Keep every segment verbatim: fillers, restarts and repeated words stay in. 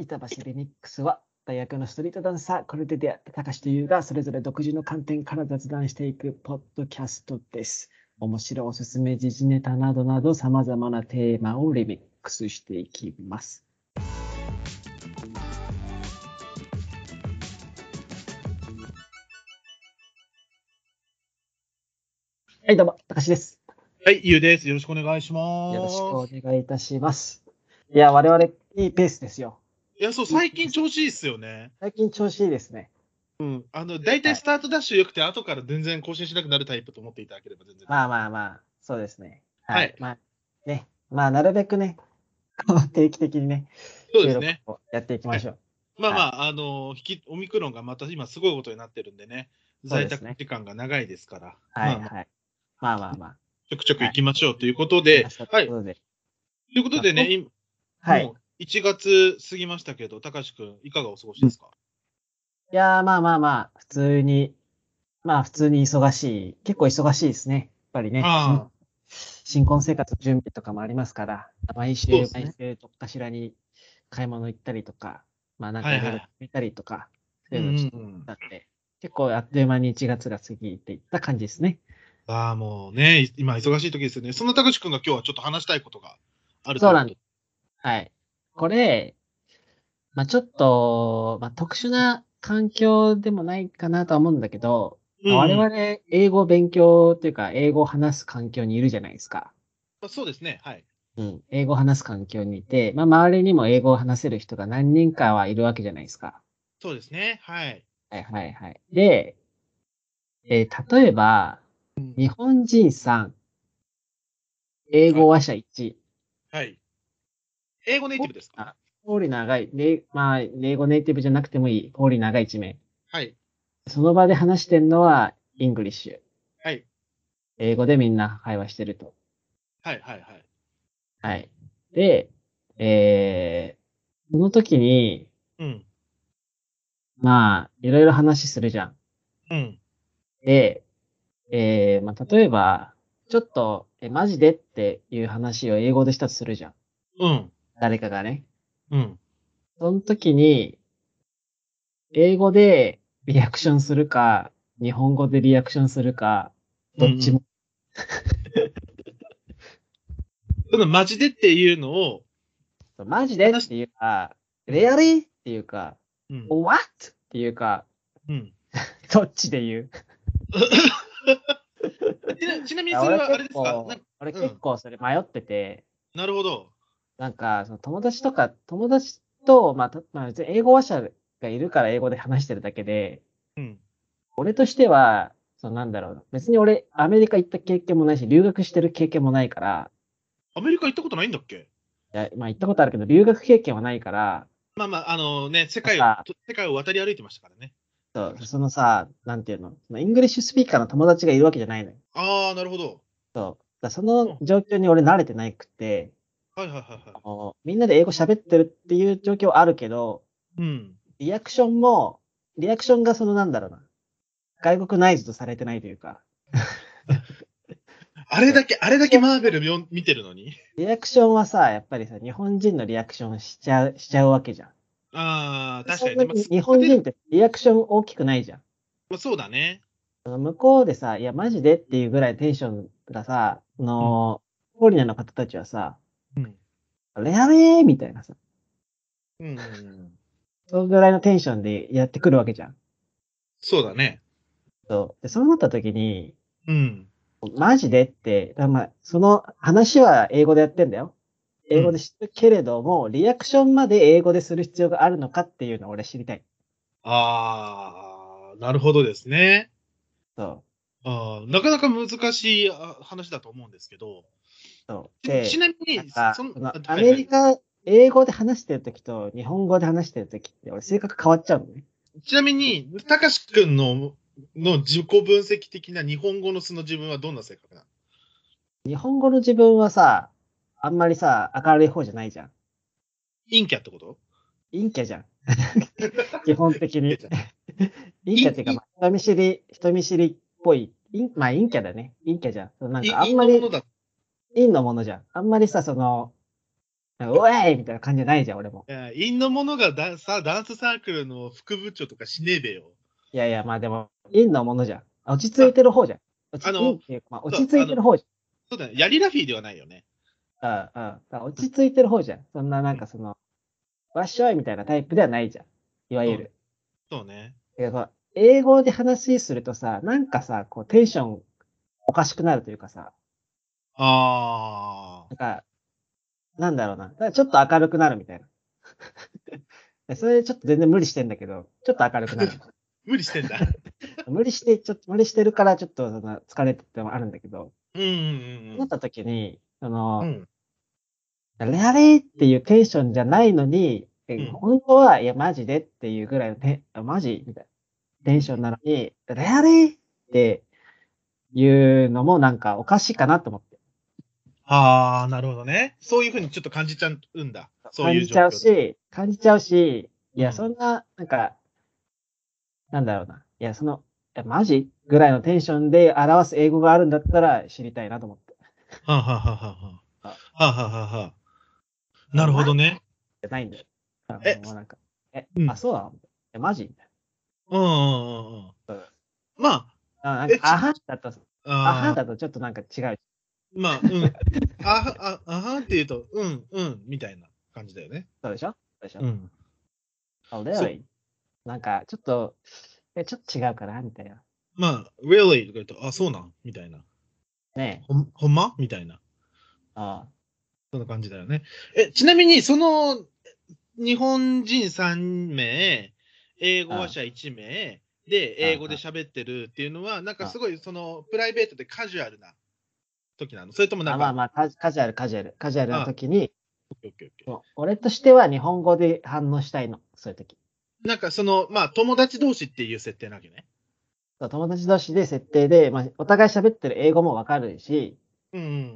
板橋リミックスは、大学のストリートダンサー、これで出会った高橋というが、それぞれ独自の観点から雑談していくポッドキャストです。面白おすすめ時事ネタなどなど様々なテーマをリミックスしていきます。はい、どうも、高橋です。 はい、ゆうです。よろしくお願いします。 よろしくお願いいたします。いや、我々、いいペースですよ。 いや、そう、最近調子いいっすよね。 最近調子いいですね。 うん。あの、大体スタートダッシュ良くて、後から全然更新しなくなるタイプと思っていただければ全然。 まあまあまあ、そうですね。はい。 はいまあ、ね。まあ、なるべくね、定期的にね、 そうですね。 収録をやっていきましょう。 まあまはいあ、あの、引き、オミクロンがまた今すごいことになってるんでね、在宅そうですね。 時間が長いですから、 はい、 まあまあ、 はい。まあまあまあ。 ちょくちょくはい。 行きましょうということで、 ましたとはい。ということで。 いうことでね、 まあ今はい。 もういちがつ過ぎましたけど、高橋くん、いかがお過ごしですか？ いやー、まあまあまあ、普通に、まあ普通に忙しい。結構忙しいですね。やっぱりね、新ああ、 新婚生活準備とかもありますから、毎週そうですね。 毎週どっかしらに買い物行ったりとか、まあなんかいろいろはいはい。 見たりとか、そううんいうのちょっとうんうん。 あって、結構あっという間にいちがつが過ぎていった感じですね。 ああ、もうね、今忙しい時ですよね。そんな高橋くんが今日はちょっと話したいことがあるということ。 そうなんです。はい。これ、まあちょっと、まあ特殊な環境でもないかなとは思うんだけど、まあ、我うんうん。 々英語勉強というか英語を話す環境にいるじゃないですか。 まあ、そうですね。はい。 うん。英語を話す環境にいて、まあ周りにも英語を話せる人が何人かはいるわけじゃないですか。 そうですね。はい。 はいはいはい。で、えー例えば、 うん。 日本人さん、英はい。 語話者いち、 はい。英語ネイティブですか？ あ、通り長い、で、まあ、英語ネイティブじゃなくてもいい、通り長い一名。 はい。 その場で話してるのは、イングリッシュ。 はい。 英語でみんな会話してると。 はい。はい。はい。 はい。で、えー、その時に、 うん。 まあ、いろいろ話するじゃん。 うん。 で、えー、まあ、例えば、ちょっと、え、マジでっていう話を英語でしたとするじゃん。 うん。 誰かがね。 うん。 その時に、英語でリアクションするか、日本語でリアクションするか、 うん。うん。 どっちも。 そのマジでっていうのをマジでっ話し、 ていうか、 うん。 レアリーっていうか、 うん。 what? っていうか、 うん。 どっちで言うちな、ちなみにそれ俺結はあれですかなん構、俺結うん。 構それ迷ってて、 なるほど。 なんか、その友達とか、友達と、まあ、たまあ、別に英語話者がいるから英語で話してるだけで、 うん。 俺としては、そのなんだろうな。別に俺、アメリカ行った経験もないし、留学してる経験もないから、 アメリカ行ったことないんだっけ？ いや、まあ行ったことあるけど、留学経験はないから、 まあまあ、あのね、世界を、 さ、 と世界を渡り歩いてましたからね。 そう、 高橋君。 そのさ、なんていうの、そのイングリッシュスピーカーの友達がいるわけじゃないのよ。 ああ、なるほど。 そう。だからそうん。 の状況に俺慣れてないくて、 はいはいはいはい。 あのみんなで英語喋ってるっていう状況はあるけど、 うん。 リアクションも、リアクションがそのなんだろうな、外国ナイズとされてないというか、 あれだけ、あれだけマーベルよ見てるのに。 リアクションはさ、やっぱりさ、日本人のリアクションしちゃう、しちゃうわけじゃん。 ああ、確かにね。まあ、 そんなに素日本人っが出る。 てリアクション大きくないじゃん。 まあ、そうだね。 その向こうでさ、いや、マジでっていうぐらいテンションがさ、あうん。 の、フォリナの方たちはさ、 うん。 レアめーみたいなさ、 うん。 そのぐらいのテンションでやってくるわけじゃん。 そうだね。 そう。で、そうなった時に、 うん。 マジでって、まあ、その話は英語でやってんだよ。 うん。 英語で知ってるけれども、リアクションまで英語でする必要があるのかっていうのを俺知りたい。 ああ、なるほどですね。 そう。 ああ、なかなか難しいあ話だと思うんですけど、 そう。 ち、ちで、 なみに、 なんか、 その、 その、 あアはいはい。 メリカ、英語で話してる時と日本語で話してる時って俺性格変わっちゃうのね。 ちなみに、たかしくんの、の自己分析的な日本語の素の自分はどんな性格なの？ 日本語の自分はさ、あんまりさ、明るい方じゃないじゃん。 陰キャってこと？ 陰キャじゃん。基本的に。 陰キャじゃん。 陰キャっていうか、 陰、 まあ、人見知り、人見知りっぽい。陰まあ、陰キャだね。陰キャじゃん。そうなんか、あん陰、陰まり、 のものだ。 陰のものじゃん。あんまりさ、その、 なんかおいみたいな感じじゃないじゃん、俺も。 いや、陰の者がダンさダンスサークルの副部長とかしねえべよ。 いやいや、まあでも、陰のものじゃん。落ち着いあ、 てる方じゃん。落ち、陰っあの、 ていうか、まあそう、 落ち着あの、 いてる方じそうだね。ヤリラフィーではないよね。 ゃん。うんうん。だから落ち着いてる方じゃん。そんななうん。 んかその、わっしょいみたいなタイプではないじゃん。いわそう、 ゆる。 そうね。 えこう英語で話するとさ、なんかさ、こうテンションおかしくなるというかさ、 あなんか、なんだろうな。だからちょっと明るくなるみたいな。でそれでちょっと全然無理してんだけど、ちょっと明るくなる。 ー、無理してんだ。 無理して、ちょっと無理してるからちょっとその疲れてってのもあるんだけど、 うんうんなった時に、そうんうん。 の、 うん。 レアレーっていうテンションじゃないのに、えうん。 本当は、いや、マジでっていうぐらいのテン、あマジみたいなテンションなのに、レアレーっていうのもなんかおかしいかなと思って。 ああ、なるほどね。そういうふうにちょっと感じちゃうんだ。そういう感じちゃう状況で。 し、感じちゃうし、いや、そうん。 んな、なんか、なんだろうな。いや、その、え、マジぐらいのテンションで表す英語があるんだったら知りたいなと思って。 はあ、はあはあはあ、 あ、 はあはあはあはあ。なるほマジどね。 じゃないんだよ。あえ、 もうなんか、え、あ、 うん。 そうなのえ、マジみたいうんうんうんうん。 な。うんまあ、 あ、なんか、 え、ち、 あはだと、あはああ、 だとちょっとなんか違う。 まあ、うん。あは、あ、あはって言うと、うん、うん、みたいな感じだよね。 そうでしょそうでしょうん。 あ、 そう。 really? なんか、ちょっと、え、ちょっと違うかなみたいな。 まあ、really とか言うと、あ、そうなんみたいな。 ねほん、ほんまみたいな。 え。あそんな感じだよね。え、ちなみに、その、日本人さん名、英語話あ、 者いち名で、英あ、あ、 語で喋ってるっていうのは、なんかあ、 すごい、その、プライベートでカジュアルな時なの？それともなんあ、まあか、 まあ、カジカジュアル、カジュアル、カジュアルなあ、 時に、 オッケーオッケーオッケもう俺としては日本語で反応したいの。そういう時。 ー。なんかその、まあ、友達同士っていう設定なわけね。 そう友達同士で設定で、まあ、お互い喋ってる英語もわかるし、 うん。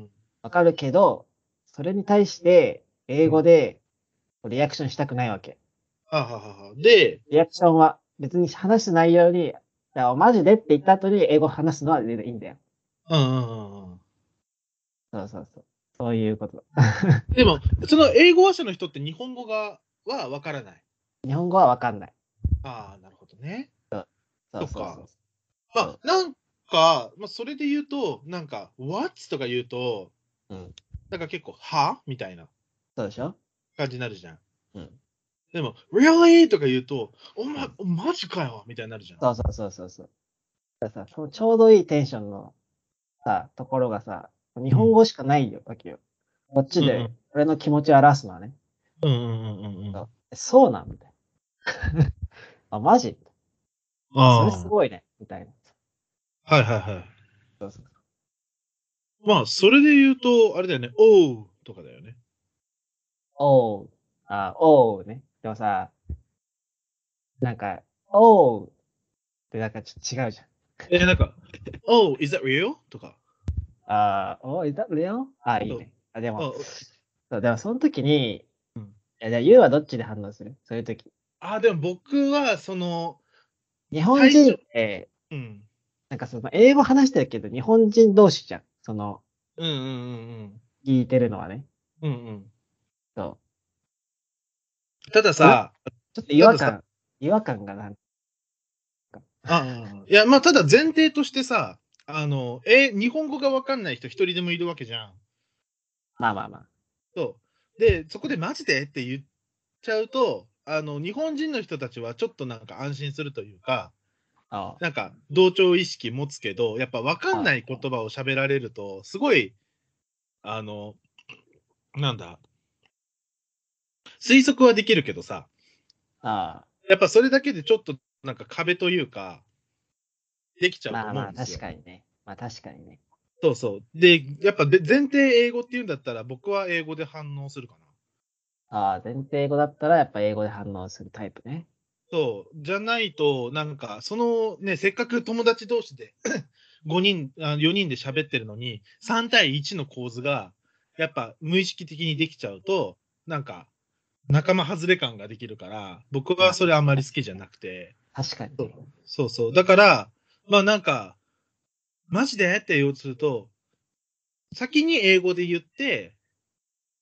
わかるけど、それに対して英うん。 語でリアクションしたくないわけ。 はははは。で、 リアクションは別に話す内容に、だマジでって言った後に英語を話すのは全然いいんだよ。 うんうんうんうん。 そうそうそう。そういうこと。 でも、その英語話者の人って日本語がはわからない。 日本語はわかんない。 ああ、なるほどね。 そうそうそそっか。 う。 まあ、 そう。 なんか、まあ、それで言うと、なんか、what とか言うと、 うん。 なんか結構、はみたいなそうでしょ感じになるじゃん。 うん。 でも、really? とか言うと、お前、 うん。 マジかよみたいになるじゃん。 そうそうそうそうそう。だからさ、そのちょうどいいテンションのさ、ところがさ、日うん。 本語しかないよ、わけよ。こっちで、 うんうん。 俺の気持ちを表すのはね。 うんうんうんうんうん。 そうえそうなんみたいな。あ、マジあ、それすあごいね。みたいな。 あ。はいはいはい。 そうそう。 まあ、それで言うと、あれだよね、おうとかだよね。 おう。あ、おうね。でもさ、なんか、おうってなんかちょっと違うじゃん。 えーなんか、oh, is that real? とか。 あー、おう、いた、レオあ、いいそう。 ね。あ、でも、 あ、 そう、でもその時に、いうん。 や、じゃあ、ユウはどっちで反応するそういう時。 あ、でも僕は、その、 日本人っ最初、 て、 うん。 なんかその、英語話してるけど、日本人同士じゃん。その、 うんうんうん聞いてるのはね。 うん。うんうん。 そう。 ただ俺、 さ、 ちょっと違たださ、 和感、違和感がなんか、 ああ、いや、まあ、ただ前提としてさ、あの、え、日本語がわかんない人一人でもいるわけじゃん。 まあまあまそう。で、そこでマジでって言っちゃうと、あの、日本人の人たちはちょっとなんか安心するというか、 あ。 なんか同調意識持つけど、やっぱわかああ、 んない言葉を喋られると、すごい、あの、なんだ、推測はできるけどさ、 ああ。 やっぱそれだけでちょっとなんか壁というか、できちゃうとまあまあ、 思うんですよ。 確かにね。まあ確かにね。 そうそう。で、やっぱで前提英語っていうんだったら、僕は英語で反応するかな。 ああ、前提語だったらやっぱ英語で反応するタイプね。 そう。じゃないと、なんか、そのね、せっかく友達同士でごにん、あよにんで喋ってるのに、さん対いちの構図が、やっぱ無意識的にできちゃうと、なんか、仲間外れ感ができるから、僕はまそれあんまり好きじゃなくて。 あ、確かにそうね。 そうそう。だから、まあなんか、マジでって言おうとすると、先に英語で言って、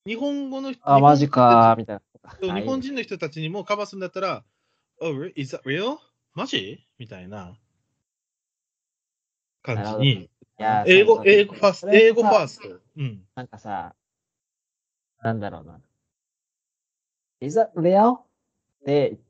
日本語の人、 あ、マジ日本人たちかー、みたいな。 そう日あいいね本人の人たちにもかますんだったら、Oh, re- is that real? マジみたいな感なるほど。いじに。 やー、 英語、 そうそう。 英語ファースト、 それ英語ファさ、 ースト。うん。 なんかさ、なんだろうな。Is that real? って言って、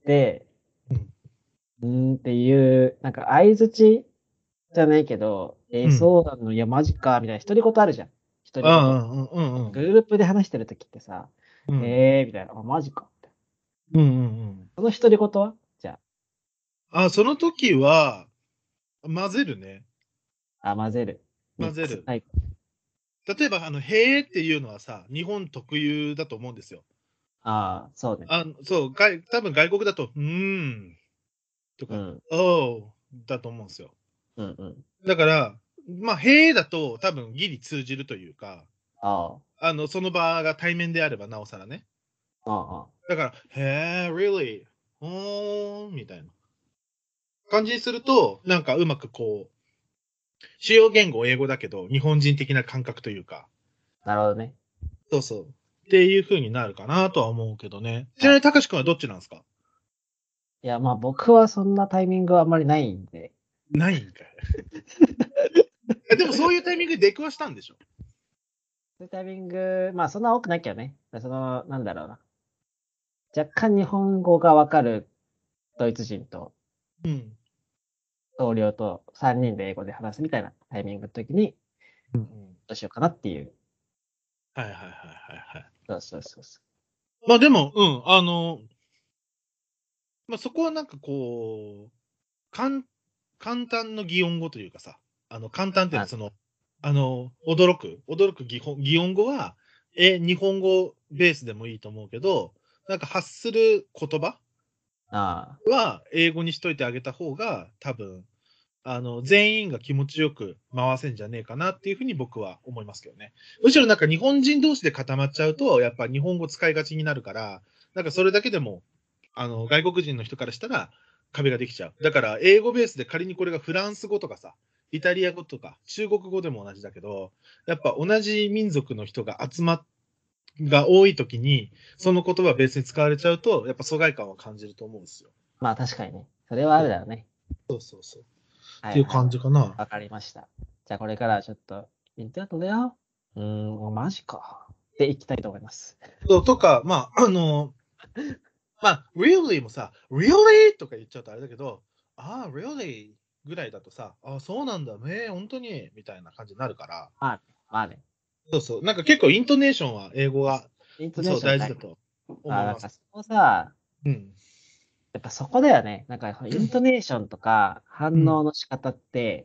うん。 うーんっていう、なんか相づちじゃないけど、えー、 うん。 そうなの、いや、マジか、みたいな独り言あるじゃん。独り言。 ああ、うんうんうん。 グループで話してるときってさ、 うん。 えー、みたいな、あ、マジか。 うんうんうん。 その独り言はじゃあ、その時は、混ぜるね。 あ、あ、混ぜる。ミッ混ぜる。 クスタイプ。 例えば、あの、へーっていうのはさ、日本特有だと思うんですよ。 ああ、そうね。 あ、そう、外多分外国だと、うーん、とか、 うん、 おーだと思うんですよ。 うん、うん。 だから、まあ、へーだと多分ギリ通じるというか、 ああの、その場が対面であればなおさらね。 あ、ああ、 だから、へー、really? おーん、みたいな感じにすると、なんかうまくこう、主要言語英語だけど、日本人的な感覚というか、 なるほどね。 そうそう。っていう風になるかなとは思うけどね。ちなみあ、 に、たかしくんはどっちなんですか？ いや、まあ僕はそんなタイミングはあんまりないんで。 ないんかい。えでもそういうタイミングで出くわしたんでしょ？ そういうタイミング、まあそんな多くないけどね。その、なんだろうな。若干日本語がわかるドイツ人とうん。 同僚とさんにんで英語で話すみたいなタイミングの時に、 うん。 どうしようかなっていう。 はいはいはいはいはい。 そうそうそうそまあでも、うん、あの、まあそこはなんかこう、かん簡単の擬音語というかさ、あの、簡単っていうのはあ、 その、あの、驚く、驚く擬音擬音語は、え、日本語ベースでもいいと思うけど、なんか発する言葉あは英語にしといてあげた方が、多分、あの、全員が気持ちよく回せんじゃねえかなっていうふうに僕は思いますけどね。むしろなんか日本人同士で固まっちゃうと、やっぱ日本語使いがちになるから、なんかそれだけでも、あの、外国人の人からしたら壁ができちゃう。だから英語ベースで仮にこれがフランス語とかさ、イタリア語とか中国語でも同じだけど、やっぱ同じ民族の人が集まっが多い時に、その言葉ベースに使われちゃうと、やっぱ疎外感を感じると思うんですよ。 まあ確かにね。それはあるだろうね。 そうそうそう。っていうはいはい。 感じかな。 わかりました。じゃあこれからちょっと、インターネットだよ。うーん、もうマジか。でいきたいと思います。 そうとか、まあ、あの、まあ、really もさ、really とか言っちゃうとあれだけど、ああ、really ぐらいだとさ、ああ、そうなんだ、ええ、本当に、みたいな感じになるから、 まあ、まあね。 そうそう、なんか結構イントネーションは英語が、 イントネーそう、 ション大事。 大事だとまあ、 思います。 なんかそのさ、 うん。 やっぱそこだよね。なんかイントネーションとか反うん。 応の仕方って、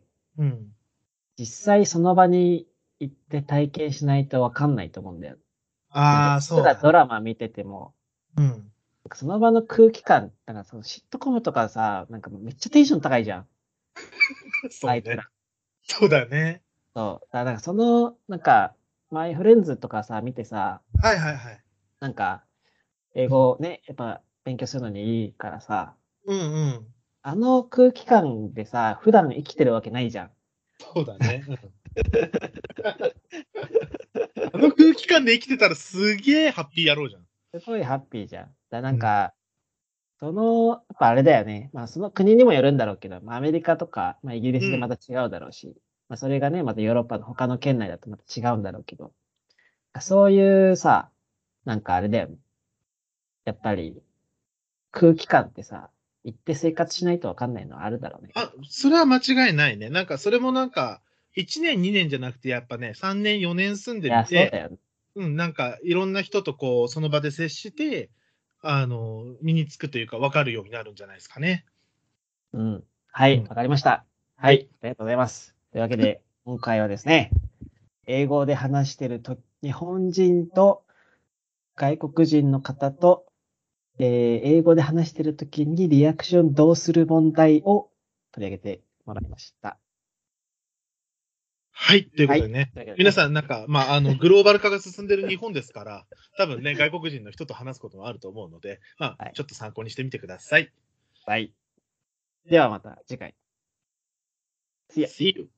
うん。 実際その場に行って体験しないとわかんないと思うんだよ。なんかいああ、 くらドそうだね。 ラマ見てても、 うん。 なんかその場の空気感、なんかそのシットコムとかさ、なんかめっちゃテンション高いじゃん。 そうね。 あいつら。 そうだね。 そう。だからなんかその、なんか、マイフレンズとかさ、見てさ、 はいはいはい。 なんか、英語ね、やっぱ勉強するのにいいからさ、 うんうん。 あの空気感でさ、普段生きてるわけないじゃん。 そうだね。うん、あの空気感で生きてたらすげえハッピー野郎じゃん。 すごいハッピーじゃん。だなうん。 んか、その、やっぱあれだよね。まあその国にもよるんだろうけど、まあアメリカとか、まあイギリスでまうん。 た違うだろうし、まあそれがね、またヨーロッパの他の県内だとまた違うんだろうけど、そういうさ、なんかあれだよね。やっぱり空気感ってさ、行って生活しないとわかんないのはあるだろうね。 あ、それは間違いないね。なんか、それもなんか、いちねん、にねんじゃなくて、やっぱね、さんねん、よねん住んでいや、そうみて、 だよね。 うん、なんか、いろんな人とこう、その場で接して、あの、身につくというか、わかるようになるんじゃないですかね。 うん。はい、 うん。 わかりました。はい、 はい。 ありがとうございます。というわけで、今回はですね、英語で話してると、日本人と外国人の方と、えー英語で話してるときにリアクションどうする問題を取り上げてもらいました。 はい。というこはい。 とでね。 というわけでね。 皆さん、なんか、まあ、あの、グローバル化が進んでる日本ですから、多分ね、外国人の人と話すこともあると思うので、まあ、 はい。 ちょっと参考にしてみてください。 はい。ではまた次回。See ya. See you.